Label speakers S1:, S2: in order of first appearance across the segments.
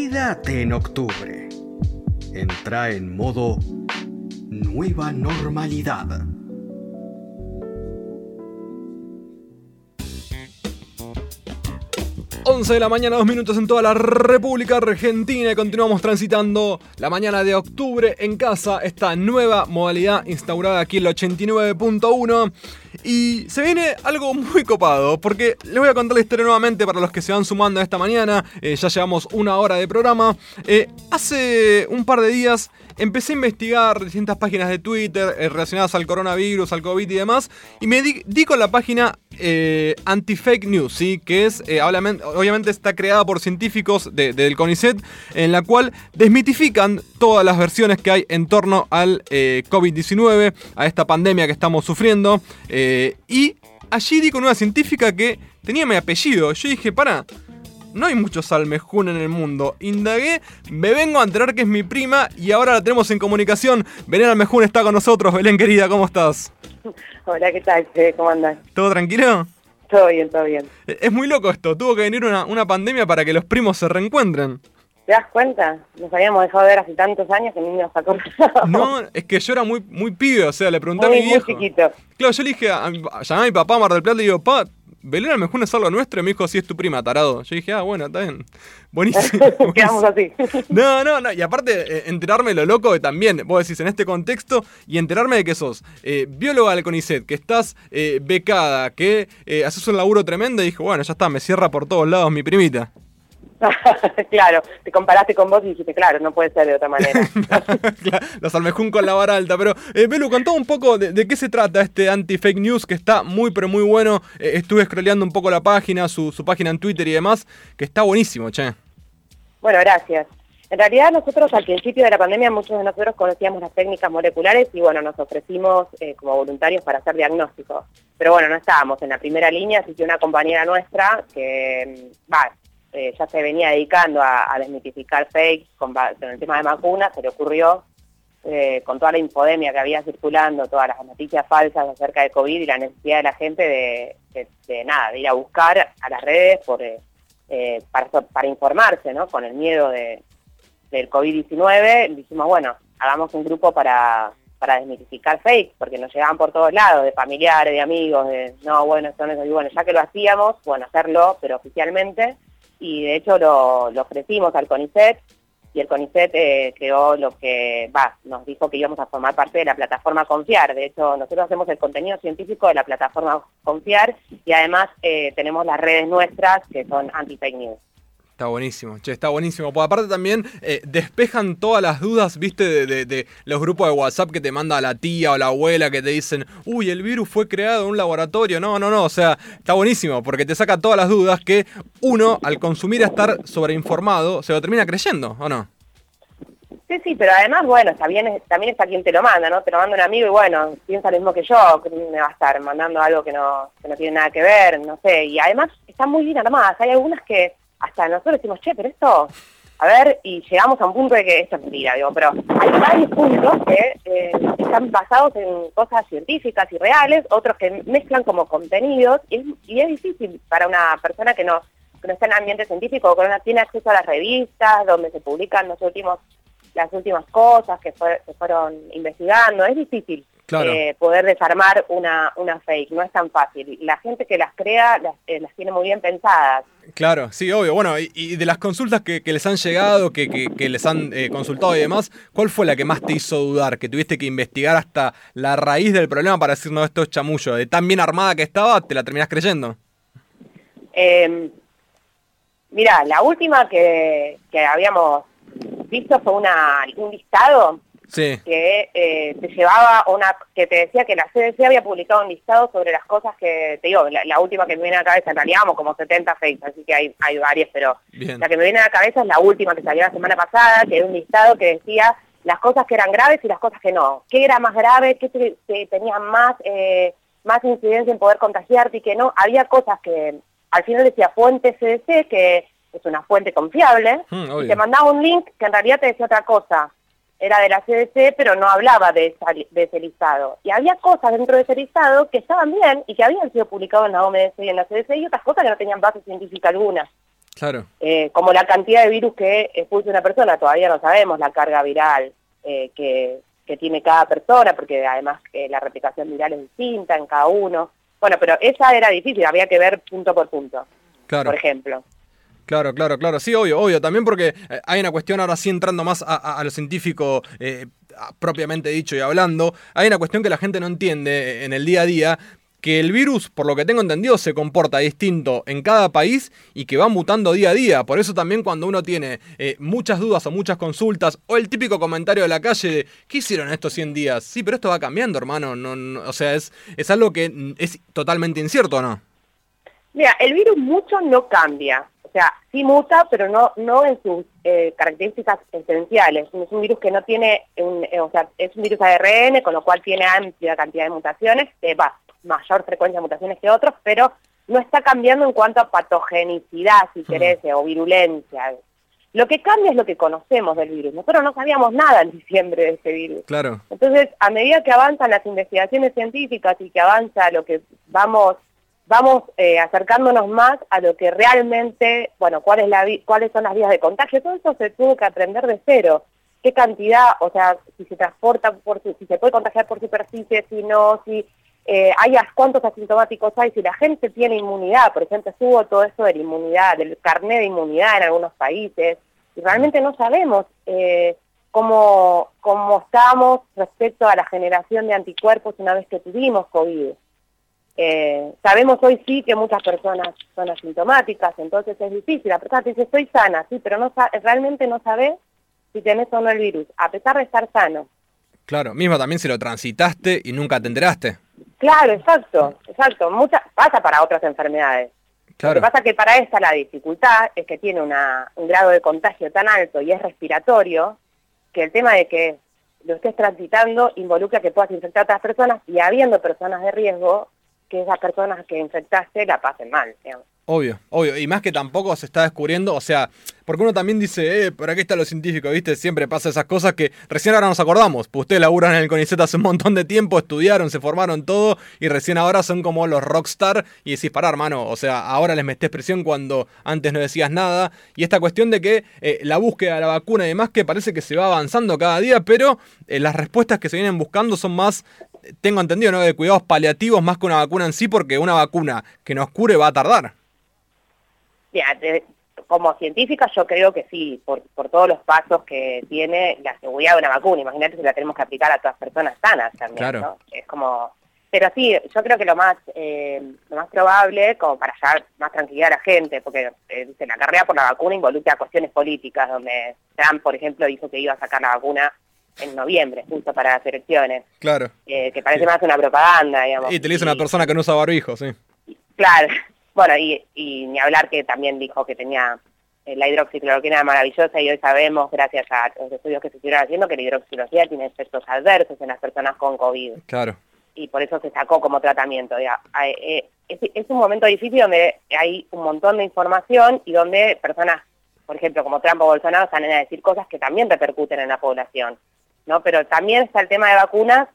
S1: Quédate en octubre. Entra en modo nueva normalidad.
S2: De la mañana, 2 minutos en toda la República Argentina y continuamos transitando la mañana de octubre en casa, esta nueva modalidad instaurada aquí en el 89.1 y se viene algo muy copado porque les voy a contar la historia nuevamente para los que se van sumando a esta mañana. Ya llevamos 1 hora de programa. Hace un par de días empecé a investigar distintas páginas de Twitter relacionadas al coronavirus, al COVID y demás, y me di con la página Anti-Fake News, ¿sí? Que es, obviamente está creada por científicos del CONICET, en la cual desmitifican todas las versiones que hay en torno al COVID-19, a esta pandemia que estamos sufriendo, y allí di con una científica que tenía mi apellido. Yo dije, no hay muchos Salmejún en el mundo. Indagué, me vengo a enterar que es mi prima y ahora la tenemos en comunicación. Belén Almejún está con nosotros. Belén, querida, ¿cómo estás?
S3: Hola, ¿qué tal? ¿Cómo andás?
S2: ¿Todo tranquilo?
S3: Todo bien, todo bien.
S2: Es muy loco esto. Tuvo que venir una pandemia para que los primos se reencuentren.
S3: ¿Te das cuenta? Nos habíamos dejado de ver hace tantos años que ni nos acordamos.
S2: No, es que yo era muy pibe, o sea, le pregunté a mi viejo.
S3: Muy chiquito.
S2: Claro, yo le dije, llamé a mi papá a Mar del Plata y le digo, pa, Belén Almejún es algo nuestro, y me dijo, sí, es tu prima, tarado. Yo dije, bueno, está bien. Buenísimo.
S3: Quedamos así.
S2: No, y aparte, enterarme de lo loco de también, vos decís, en este contexto, y enterarme de que sos bióloga del CONICET, que estás becada, que haces un laburo tremendo, y dije, bueno, ya está, me cierra por todos lados mi primita.
S3: Claro, te comparaste con vos y dijiste, claro, no puede ser de otra manera.
S2: Claro, los Almejún con la vara alta. Pero, Belu, contá un poco de qué se trata este Anti-Fake News, que está muy, pero muy bueno. Estuve scrolleando un poco la página, su página en Twitter y demás, que está buenísimo, che.
S3: Bueno, gracias. En realidad nosotros al principio de la pandemia muchos de nosotros conocíamos las técnicas moleculares y bueno, nos ofrecimos como voluntarios para hacer diagnósticos. Pero bueno, no estábamos en la primera línea, así que una compañera nuestra que ya se venía dedicando a desmitificar fakes con el tema de vacunas, se le ocurrió, con toda la infodemia que había circulando, todas las noticias falsas acerca de COVID y la necesidad de la gente de ir a buscar a las redes para informarse, ¿no? Con el miedo del COVID-19, dijimos, bueno, hagamos un grupo para desmitificar fakes, porque nos llegaban por todos lados, de familiares, de amigos, esto no es así. Bueno, ya que lo hacíamos, bueno, hacerlo, pero oficialmente. Y de hecho lo ofrecimos al CONICET y el CONICET creó nos dijo que íbamos a formar parte de la plataforma Confiar. De hecho, nosotros hacemos el contenido científico de la plataforma Confiar y además tenemos las redes nuestras que son Anti-Fake News.
S2: Está buenísimo, está buenísimo. Porque aparte también despejan todas las dudas, viste, de los grupos de WhatsApp que te manda la tía o la abuela que te dicen, uy, el virus fue creado en un laboratorio. No, o sea, está buenísimo porque te saca todas las dudas que uno, al consumir a estar sobreinformado, se lo termina creyendo, ¿o no?
S3: Sí, pero además, bueno, también está quien te lo manda, ¿no? Te lo manda un amigo y bueno, piensa lo mismo que yo, que me va a estar mandando algo que no tiene nada que ver, no sé. Y además están muy bien armadas. Hay algunas que hasta nosotros decimos, che, pero esto, a ver, y llegamos a un punto de que esto es mentira, pero hay varios puntos que están basados en cosas científicas y reales, otros que mezclan como contenidos, y es difícil para una persona que no está en el ambiente científico, que no tiene acceso a las revistas, donde se publican las últimas cosas que fueron investigando, es difícil. Claro. Poder desarmar una fake, no es tan fácil. La gente que las crea las tiene muy bien pensadas.
S2: Claro, sí, obvio. Bueno, y de las consultas que les han llegado, que les han consultado y demás, ¿cuál fue la que más te hizo dudar? Que tuviste que investigar hasta la raíz del problema para decir, no, esto es chamullo. De tan bien armada que estaba, ¿te la terminás creyendo?
S3: Mirá, la última que habíamos visto fue un listado. Sí. Que te llevaba que te decía que la CDC había publicado un listado sobre las cosas que, te digo, la última que me viene a la cabeza, en realidad como 70 fakes, así que hay varias, pero bien. La que me viene a la cabeza es la última que salió la semana pasada, que era un listado que decía las cosas que eran graves y las cosas que no. ¿Qué era más grave? ¿Qué tenía más incidencia en poder contagiarte y que no? Había cosas que al final decía fuente CDC, que es una fuente confiable, y te mandaba un link que en realidad te decía otra cosa. Era de la CDC, pero no hablaba de ese listado. Y había cosas dentro de ese listado que estaban bien y que habían sido publicadas en la OMS y en la CDC y otras cosas que no tenían base científica alguna.
S2: Claro.
S3: Como la cantidad de virus que expulsa una persona, todavía no sabemos la carga viral que tiene cada persona, porque además la replicación viral es distinta en cada uno. Bueno, pero esa era difícil, había que ver punto por punto,
S2: Claro.
S3: por ejemplo.
S2: Claro, sí, obvio, también porque hay una cuestión ahora sí entrando más a lo científico propiamente dicho y hablando, hay una cuestión que la gente no entiende en el día a día, que el virus, por lo que tengo entendido, se comporta distinto en cada país y que va mutando día a día. Por eso también cuando uno tiene muchas dudas o muchas consultas, o el típico comentario de la calle de ¿qué hicieron estos 100 días? Sí, pero esto va cambiando, hermano. No, o sea, es algo que es totalmente incierto, ¿no?
S3: Mira, el virus mucho no cambia. O sea, sí muta, pero no en sus características esenciales. Es un virus que no tiene, o sea, es un virus ARN, con lo cual tiene amplia cantidad de mutaciones, mayor frecuencia de mutaciones que otros, pero no está cambiando en cuanto a patogenicidad, si querés, o virulencia. Lo que cambia es lo que conocemos del virus. Nosotros no sabíamos nada en diciembre de este virus.
S2: Claro.
S3: Entonces, a medida que avanzan las investigaciones científicas y que avanza lo que vamos acercándonos más a lo que realmente, bueno, cuáles son las vías de contagio, todo eso se tuvo que aprender de cero. ¿Qué cantidad, o sea, si se transporta, si se puede contagiar por superficie, si no, si cuántos asintomáticos hay, si la gente tiene inmunidad? Por ejemplo, estuvo todo eso de la inmunidad, del carnet de inmunidad en algunos países, y realmente no sabemos cómo estamos respecto a la generación de anticuerpos una vez que tuvimos COVID. Sabemos hoy sí que muchas personas son asintomáticas, entonces es difícil. La persona te dice, estoy sana, sí, pero realmente no sabes si tenés o no el virus, a pesar de estar sano.
S2: Claro, mismo también si lo transitaste y nunca te enteraste.
S3: Claro, exacto. Pasa para otras enfermedades.
S2: Claro.
S3: Lo que pasa es que para esta la dificultad es que tiene un grado de contagio tan alto y es respiratorio, que el tema de que lo estés transitando involucra que puedas infectar a otras personas, y habiendo personas de riesgo, que esas personas que infectaste la pasen mal, digamos.
S2: Obvio, y más que tampoco se está descubriendo, o sea, porque uno también dice, pero aquí está lo científico, ¿viste? Siempre pasa esas cosas que recién ahora nos acordamos, pues ustedes laburan en el CONICET hace un montón de tiempo, estudiaron, se formaron todo, y recién ahora son como los rockstar, y decís, pará, hermano, o sea, ahora les metés presión cuando antes no decías nada, y esta cuestión de que la búsqueda de la vacuna y demás, que parece que se va avanzando cada día, pero las respuestas que se vienen buscando son más, tengo entendido, ¿no?, de cuidados paliativos más que una vacuna en sí, porque una vacuna que nos cure va a tardar.
S3: Mira, como científica yo creo que sí, por todos los pasos que tiene la seguridad de una vacuna. Imagínate si la tenemos que aplicar a todas personas sanas también, claro, ¿no? Es como... Pero sí, yo creo que lo más probable, como para llevar más tranquilidad a la gente, porque la carrera por la vacuna involucra cuestiones políticas, donde Trump, por ejemplo, dijo que iba a sacar la vacuna en noviembre, justo para las elecciones.
S2: Claro.
S3: Que parece más una propaganda, digamos.
S2: Y te dice una persona que no usa barbijo, sí.
S3: Claro. Bueno, y ni hablar que también dijo que tenía la hidroxicloroquina maravillosa, y hoy sabemos, gracias a los estudios que se estuvieron haciendo, que la hidroxicloroquina tiene efectos adversos en las personas con COVID.
S2: Claro.
S3: Y por eso se sacó como tratamiento. Es un momento difícil donde hay un montón de información y donde personas, por ejemplo, como Trump o Bolsonaro, salen a decir cosas que también repercuten en la población, ¿no? Pero también está el tema de vacunas,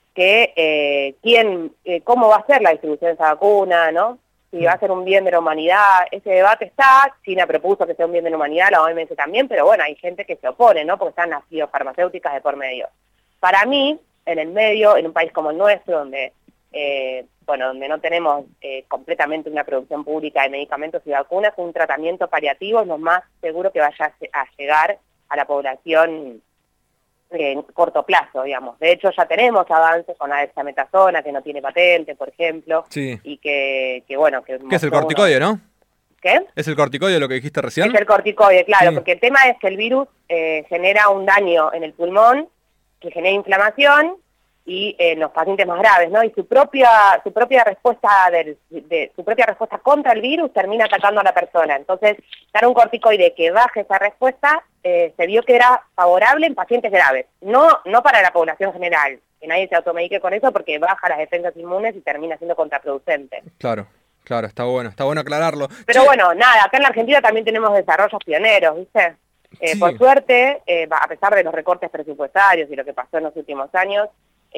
S3: que cómo va a ser la distribución de esa vacuna, ¿no? Si va a ser un bien de la humanidad. Ese debate está. China propuso que sea un bien de la humanidad, la OMS también, pero bueno, hay gente que se opone, ¿no? Porque están las biofarmacéuticas de por medio. Para mí, en el medio, en un país como el nuestro, donde donde no tenemos completamente una producción pública de medicamentos y vacunas, un tratamiento paliativo es lo más seguro que vaya a llegar a la población en corto plazo, digamos. De hecho, ya tenemos avances con la dexametasona, que no tiene patente, por ejemplo,
S2: sí,
S3: y que bueno... Que
S2: es el corticoide, ¿no?
S3: ¿Qué?
S2: ¿Es el corticoide lo que dijiste recién?
S3: Es el corticoide, claro,
S2: sí,
S3: porque el tema es que el virus genera un daño en el pulmón, que genera inflamación, y en los pacientes más graves, ¿no? Y su propia respuesta su propia respuesta contra el virus termina atacando a la persona. Entonces, dar un corticoide que baje esa respuesta se vio que era favorable en pacientes graves, no para la población general, que nadie se automedique con eso porque baja las defensas inmunes y termina siendo contraproducente.
S2: Claro, está bueno aclararlo.
S3: Pero bueno, nada, acá en la Argentina también tenemos desarrollos pioneros, ¿viste?
S2: Sí.
S3: Por suerte, a pesar de los recortes presupuestarios y lo que pasó en los últimos años,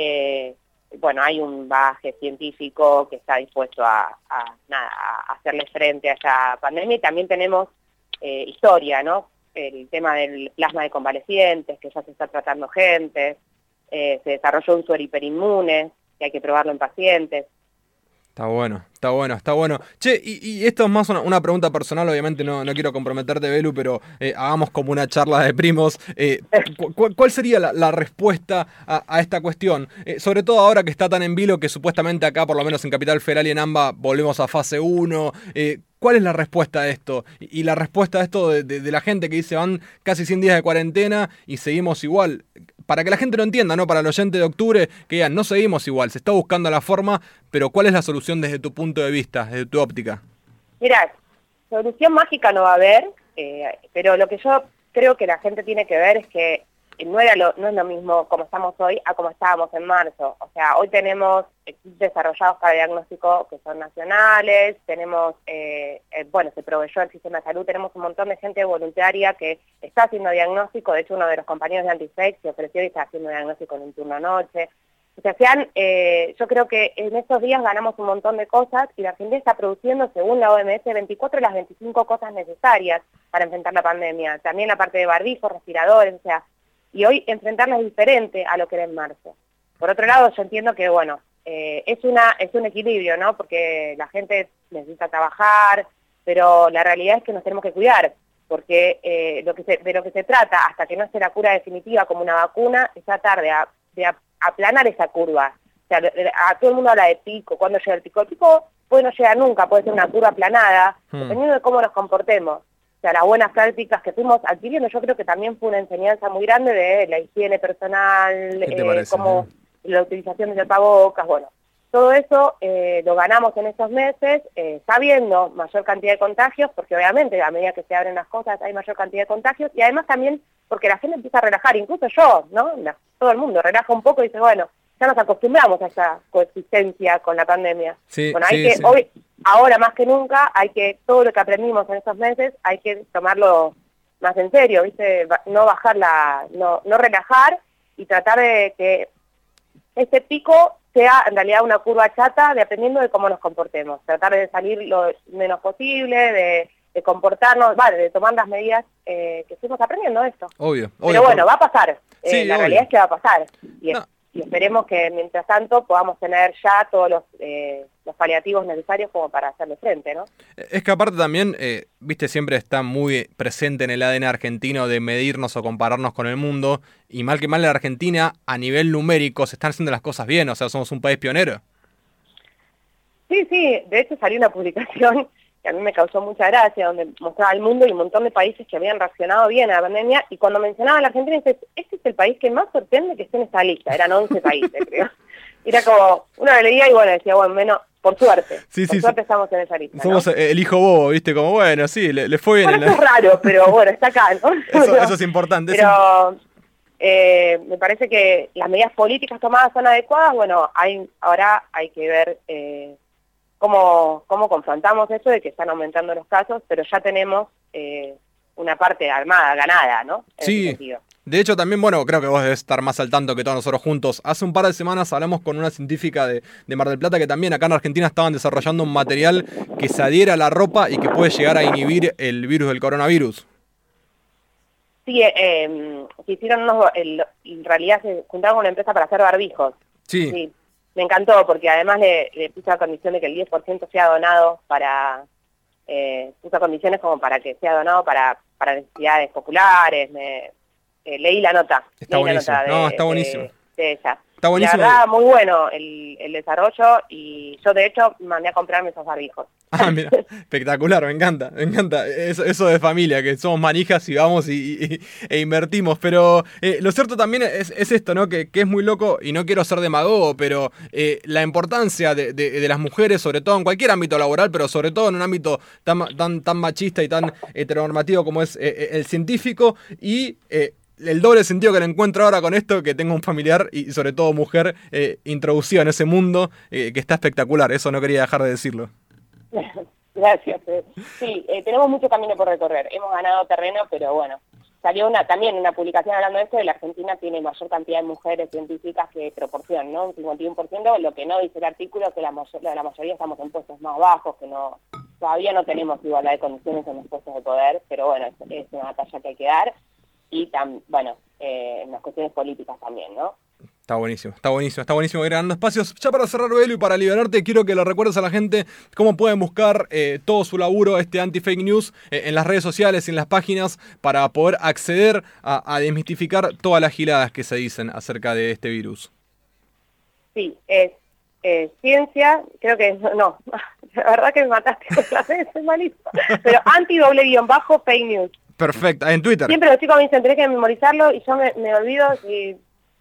S3: hay un bagaje científico que está dispuesto a hacerle frente a esta pandemia, y también tenemos historia, ¿no? El tema del plasma de convalecientes, que ya se está tratando gente, se desarrolló un suero hiperinmune, que hay que probarlo en pacientes.
S2: Está bueno, está bueno, está bueno. Che, y esto es más una pregunta personal, obviamente no quiero comprometerte, Belu, pero hagamos como una charla de primos. ¿Cuál sería la respuesta a esta cuestión? Sobre todo ahora que está tan en vilo que supuestamente acá, por lo menos en Capital Federal y en AMBA, volvemos a fase 1. ¿Cuál es la respuesta a esto? Y la respuesta a esto de la gente que dice van casi 100 días de cuarentena y seguimos igual. Para que la gente lo entienda, ¿no? Para el oyente de octubre, que digan, no seguimos igual, se está buscando la forma, pero ¿cuál es la solución desde tu punto de vista, desde tu óptica?
S3: Mirá, solución mágica no va a haber, pero lo que yo creo que la gente tiene que ver es que no es lo mismo como estamos hoy a como estábamos en marzo. O sea, hoy tenemos equipos desarrollados para diagnóstico que son nacionales, tenemos, se proveyó el sistema de salud, tenemos un montón de gente voluntaria que está haciendo diagnóstico. De hecho, uno de los compañeros de Antifex se ofreció y está haciendo diagnóstico en un turno anoche. O sea, yo creo que en estos días ganamos un montón de cosas y la Argentina está produciendo, según la OMS, 24 de las 25 cosas necesarias para enfrentar la pandemia. También la parte de barbijos, respiradores, o sea, y hoy enfrentarla es diferente a lo que era en marzo. Por otro lado, yo entiendo que, es un equilibrio, ¿no? Porque la gente necesita trabajar, pero la realidad es que nos tenemos que cuidar, porque de lo que se trata, hasta que no esté la cura definitiva como una vacuna, es tratar de aplanar esa curva. O sea, a todo el mundo habla de pico, ¿cuándo llega el pico? El pico puede no llegar nunca, puede ser una curva aplanada, dependiendo de cómo nos comportemos. O sea, las buenas prácticas que fuimos adquiriendo, yo creo que también fue una enseñanza muy grande de la higiene personal, como la utilización de tapabocas, todo eso lo ganamos en estos meses, sabiendo mayor cantidad de contagios, porque obviamente a medida que se abren las cosas hay mayor cantidad de contagios, y además también porque la gente empieza a relajar, incluso yo, ¿no? Todo el mundo relaja un poco y dice, ya nos acostumbramos a esa coexistencia con la pandemia.
S2: Sí,
S3: hoy, ahora más que nunca, todo lo que aprendimos en estos meses, hay que tomarlo más en serio, ¿viste? No no relajar y tratar de que este pico sea en realidad una curva chata dependiendo de cómo nos comportemos. Tratar de salir lo menos posible, de comportarnos, de tomar las medidas que estuvimos aprendiendo de esto.
S2: Obvio.
S3: Pero va a pasar. La realidad es que va a pasar. Y esperemos que mientras tanto podamos tener ya todos los paliativos necesarios como para hacerle frente, ¿no?
S2: Es que aparte también, viste, siempre está muy presente en el ADN argentino de medirnos o compararnos con el mundo, y mal que mal en Argentina, a nivel numérico, se están haciendo las cosas bien, o sea, somos un país pionero.
S3: Sí, de hecho salió una publicación que a mí me causó mucha gracia, donde mostraba al mundo y un montón de países que habían reaccionado bien a la pandemia, y cuando mencionaba a la Argentina, dice, este es el país que más sorprende que esté en esta lista, eran 11 países, creo. Era como, uno lo leía y decía, menos, por suerte, por suerte estamos en esa lista.
S2: Somos,
S3: ¿no?
S2: El hijo bobo, viste, como sí, le fue bien.
S3: Eso es raro, pero está acá, ¿no?
S2: Eso es importante.
S3: Pero me parece que las medidas políticas tomadas son adecuadas, ahora hay que ver cómo confrontamos eso de que están aumentando los casos, pero ya tenemos una parte armada, ganada, ¿no?
S2: Sí, de hecho también, creo que vos debes estar más al tanto que todos nosotros juntos. Hace un par de semanas hablamos con una científica de Mar del Plata que también acá en Argentina estaban desarrollando un material que se adhiera a la ropa y que puede llegar a inhibir el virus del coronavirus.
S3: Sí, hicieron en realidad se juntaron con una empresa para hacer barbijos. Sí. Me encantó porque además le puse la condición de que el 10% sea donado puso condiciones como para que sea donado para necesidades populares. Leí la nota.
S2: Está buenísimo. Está buenísimo.
S3: De ella.
S2: Está buenísimo.
S3: La verdad, muy bueno el desarrollo, y yo de hecho mandé a comprarme esos barbijos.
S2: Mira, espectacular, me encanta. Eso de familia, que somos manijas y vamos e invertimos. Pero lo cierto también es esto, ¿no? Que es muy loco, y no quiero ser demagogo, pero la importancia de las mujeres, sobre todo en cualquier ámbito laboral, pero sobre todo en un ámbito tan machista y tan heteronormativo como es el científico, y el doble sentido que le encuentro ahora con esto, que tengo un familiar y sobre todo mujer introducida en ese mundo, que está espectacular. Eso no quería dejar de decirlo.
S3: Gracias. Sí, tenemos mucho camino por recorrer. Hemos ganado terreno, pero salió también una publicación hablando de esto, de la Argentina tiene mayor cantidad de mujeres científicas que proporción, ¿no? Un 51%, lo que no dice el artículo es que la mayoría estamos en puestos más bajos, que no todavía no tenemos igualdad de condiciones en los puestos de poder, pero bueno, es una batalla que hay que dar, y en las cuestiones políticas también, ¿no?
S2: Está buenísimo agregando espacios. Ya para cerrar, Belu, y para liberarte, quiero que le recuerdes a la gente cómo pueden buscar todo su laburo, anti-fake news, en las redes sociales y en las páginas, para poder acceder a desmistificar todas las giladas que se dicen acerca de este virus.
S3: Sí, es ciencia, creo que no, la verdad que me mataste con la vez, es malísimo, pero anti-fake news.
S2: Perfecto, en Twitter.
S3: Siempre los chicos me dicen, tenés que memorizarlo, y yo me olvido, y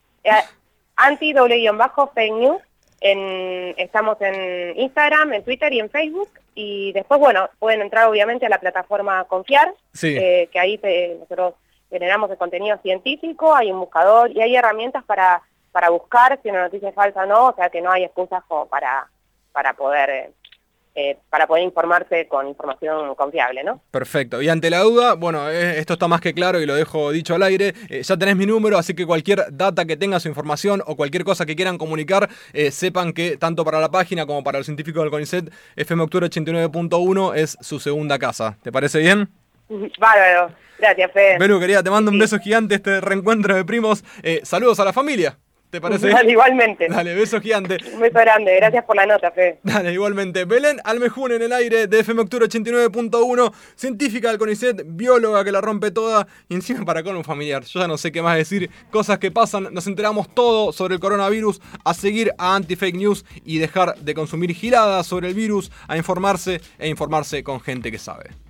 S3: anti-fake news, estamos en Instagram, en Twitter y en Facebook, y después, bueno, pueden entrar obviamente a la plataforma Confiar,
S2: sí.
S3: Que ahí nosotros generamos el contenido científico, hay un buscador y hay herramientas para buscar si una noticia es falsa o no, o sea que no hay excusas como para poder informarse con información confiable, ¿no?
S2: Perfecto. Y ante la duda, bueno, esto está más que claro y lo dejo dicho al aire, ya tenés mi número, así que cualquier data que tengas o información o cualquier cosa que quieran comunicar, sepan que tanto para la página como para los científicos del CONICET, FM Octubre 89.1 es su segunda casa. ¿Te parece bien?
S3: Bárbaro. Gracias, Fede.
S2: Belu, querida, te mando un beso gigante, este reencuentro de primos. Saludos a la familia. ¿Te parece?
S3: Dale, igualmente.
S2: Dale, beso gigante.
S3: Un beso grande, gracias por la nota, Fede.
S2: Dale, igualmente. Belén Almejún en el aire de FM Octubre 89.1, científica del CONICET, bióloga que la rompe toda, y encima para con un familiar. Yo ya no sé qué más decir, cosas que pasan, nos enteramos todo sobre el coronavirus, a seguir a Anti-Fake News y dejar de consumir giladas sobre el virus, a informarse con gente que sabe.